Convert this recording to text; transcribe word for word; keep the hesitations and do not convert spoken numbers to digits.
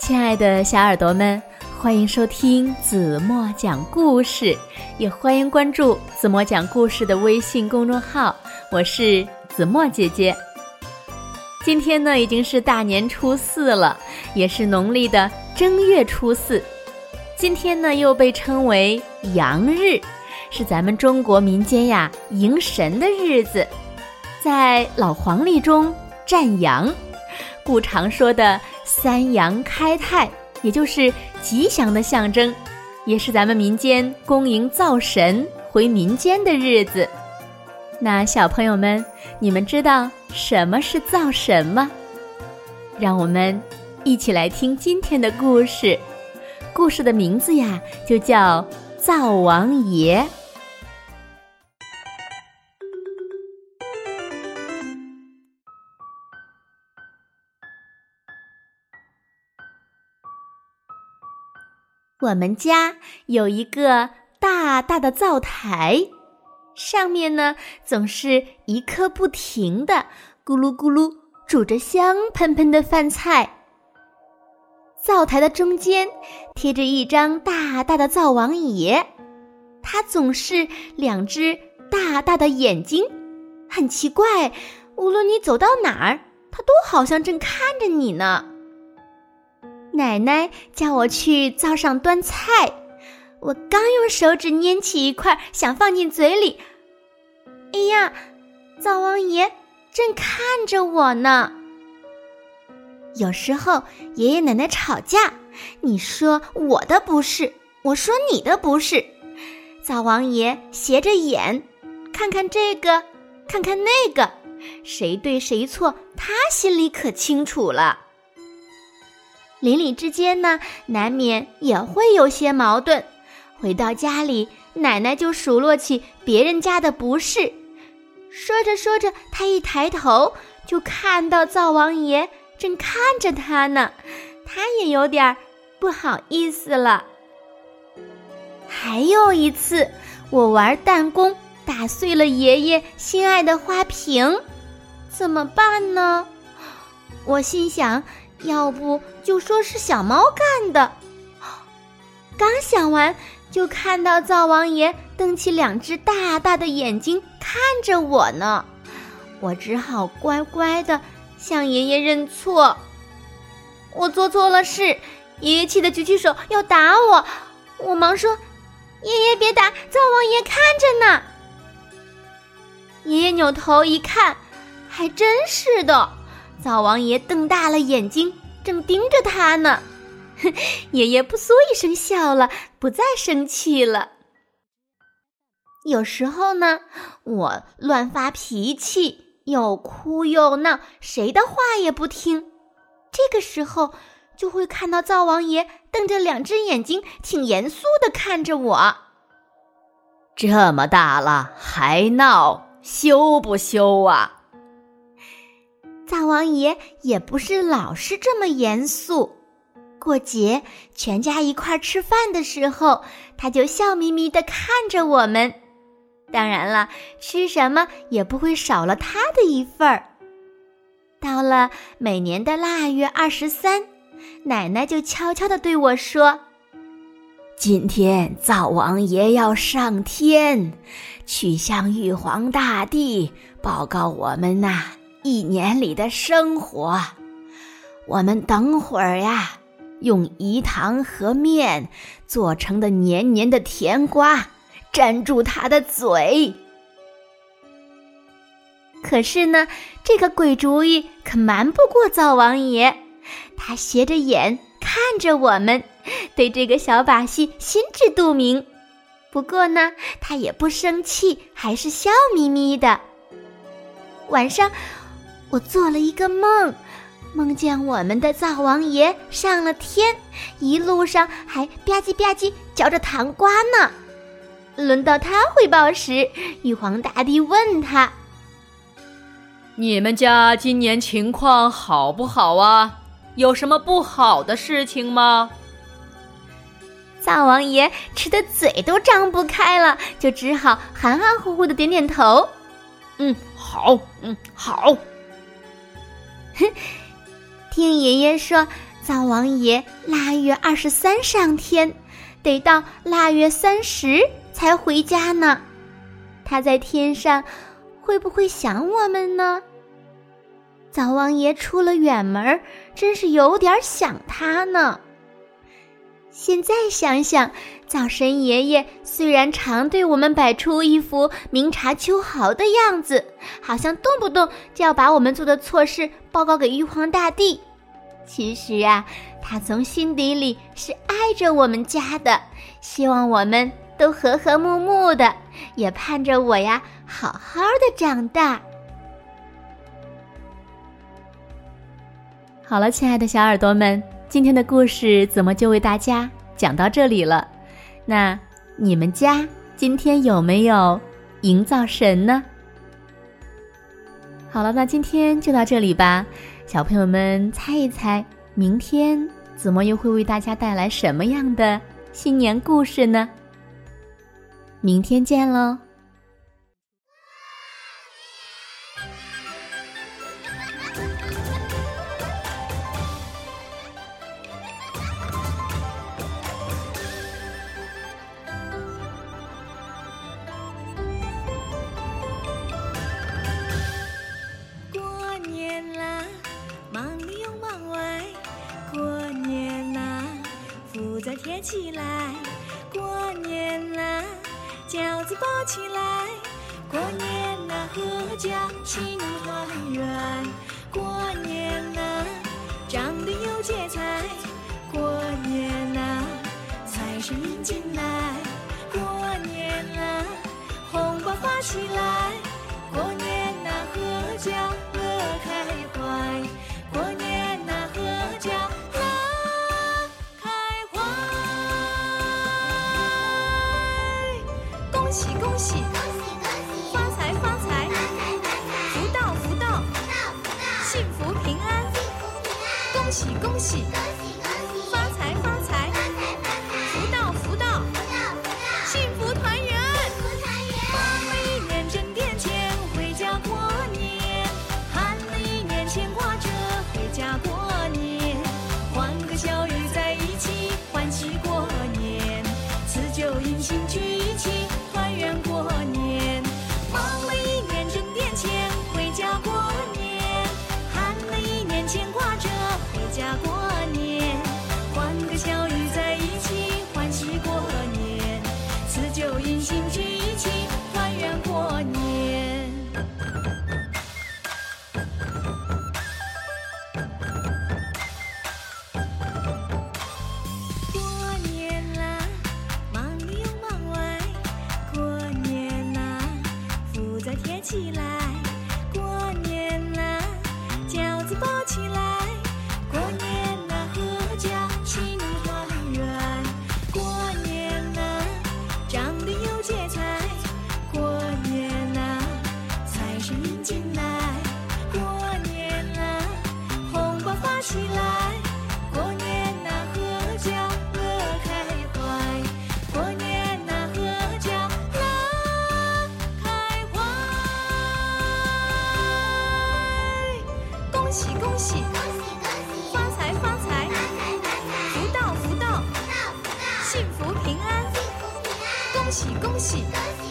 亲爱的小耳朵们，欢迎收听子墨讲故事，也欢迎关注子墨讲故事的微信公众号，我是子墨姐姐。今天呢，已经是大年初四了，也是农历的正月初四。今天呢，又被称为阳日，是咱们中国民间呀迎神的日子。在老黄历中占阳，故常说的三阳开泰，也就是吉祥的象征，也是咱们民间恭迎灶神回民间的日子。那小朋友们，你们知道什么是灶神吗？让我们一起来听今天的故事。故事的名字呀，就叫灶王爷。我们家有一个大大的灶台，上面呢总是一刻不停的咕噜咕噜煮着香喷喷的饭菜。灶台的中间贴着一张大大的灶王爷，他总是两只大大的眼睛，很奇怪，无论你走到哪儿，他都好像正看着你呢。奶奶叫我去灶上端菜，我刚用手指拈起一块想放进嘴里，哎呀，灶王爷正看着我呢。有时候爷爷奶奶吵架，你说我的不是，我说你的不是，灶王爷斜着眼，看看这个，看看那个，谁对谁错，他心里可清楚了。邻里之间呢，难免也会有些矛盾。回到家里，奶奶就数落起别人家的不是。说着说着，她一抬头，就看到灶王爷正看着她呢，她也有点不好意思了。还有一次，我玩弹弓，打碎了爷爷心爱的花瓶，怎么办呢？我心想，要不就说是小猫干的。刚想完，就看到灶王爷瞪起两只大大的眼睛看着我呢。我只好乖乖地向爷爷认错，我做错了事。爷爷气得举起手要打我，我忙说，爷爷别打，灶王爷看着呢。爷爷扭头一看，还真是的，灶王爷瞪大了眼睛，正盯着他呢。爷爷噗嗖一声笑了，不再生气了。有时候呢，我乱发脾气，又哭又闹，谁的话也不听。这个时候就会看到灶王爷瞪着两只眼睛，挺严肃地看着我。 这么大了还闹，羞不羞啊？ 灶王爷也不是老是这么严肃，过节全家一块吃饭的时候，他就笑眯眯地看着我们。当然了，吃什么也不会少了他的一份儿。到了每年的腊月二十三，奶奶就悄悄地对我说， 今天灶王爷要上天，去向玉皇大帝报告我们呐、啊一年里的生活。我们等会儿呀，用饴糖和面做成的黏黏的甜瓜粘住他的嘴。 可是呢，这个鬼主意可瞒不过灶王爷，他斜着眼看着我们，对这个小把戏心知肚明。不过呢，他也不生气，还是笑眯眯的。晚上我做了一个梦，梦见我们的灶王爷上了天，一路上还吧唧吧唧嚼着糖瓜呢。轮到他汇报时，玉皇大帝问他， 你们家今年情况好不好啊？有什么不好的事情吗？ 灶王爷吃的嘴都张不开了，就只好含含糊糊的点点头。 嗯，好，嗯，好。 听爷爷说， 灶王爷腊月二十三上天，得到腊月三十才回家呢。他在天上会不会想我们呢？灶王爷出了远门，真是有点想他呢。现在想想，灶神爷爷虽然常对我们摆出一副明察秋毫的样子，好像动不动就要把我们做的错事报告给玉皇大帝，其实啊，他从心底里是爱着我们家的，希望我们都和和睦睦的，也盼着我呀好好的长大。 好了，亲爱的小耳朵们，今天的故事怎么就为大家讲到这里了？那你们家今天有没有迎灶神呢？好了，那今天就到这里吧。小朋友们猜一猜，明天子墨又会为大家带来什么样的新年故事呢？明天见喽！ 贴起来，过年啦，饺子包起来，过年啦，阖家庆团圆，过年啦，长得有节财，过年啦，财神迎进来，过年啦，红包发起来，过年啦，阖家乐开怀，过年啦，阖家恭喜恭喜，发财发财，福到福到，幸福平安，恭喜恭喜，发财发财，福到福到，幸福团圆。忙了一年挣点钱，回家过年；寒了一年牵挂着，回家过年。欢歌笑语在一起，欢喜过年，辞旧迎新聚一起。团圆过年，忙了一年挣点钱，回家过年；寒了一年牵挂着，回家过年。欢歌笑语在一起，欢喜过年，辞旧迎新聚一起，团圆过年。过年啦，忙里又忙外，过年啦，福再贴起来，过年啦，饺子包起来，过年啦，阖家庆团圆，过年啦，长得有节财，过年啦，财神迎进来，过年啦，红包发起来，过年啦，阖家乐开怀，过年啦，阖家乐开怀。恭喜恭喜，发财发财，福到福到，幸福平安，恭喜恭喜。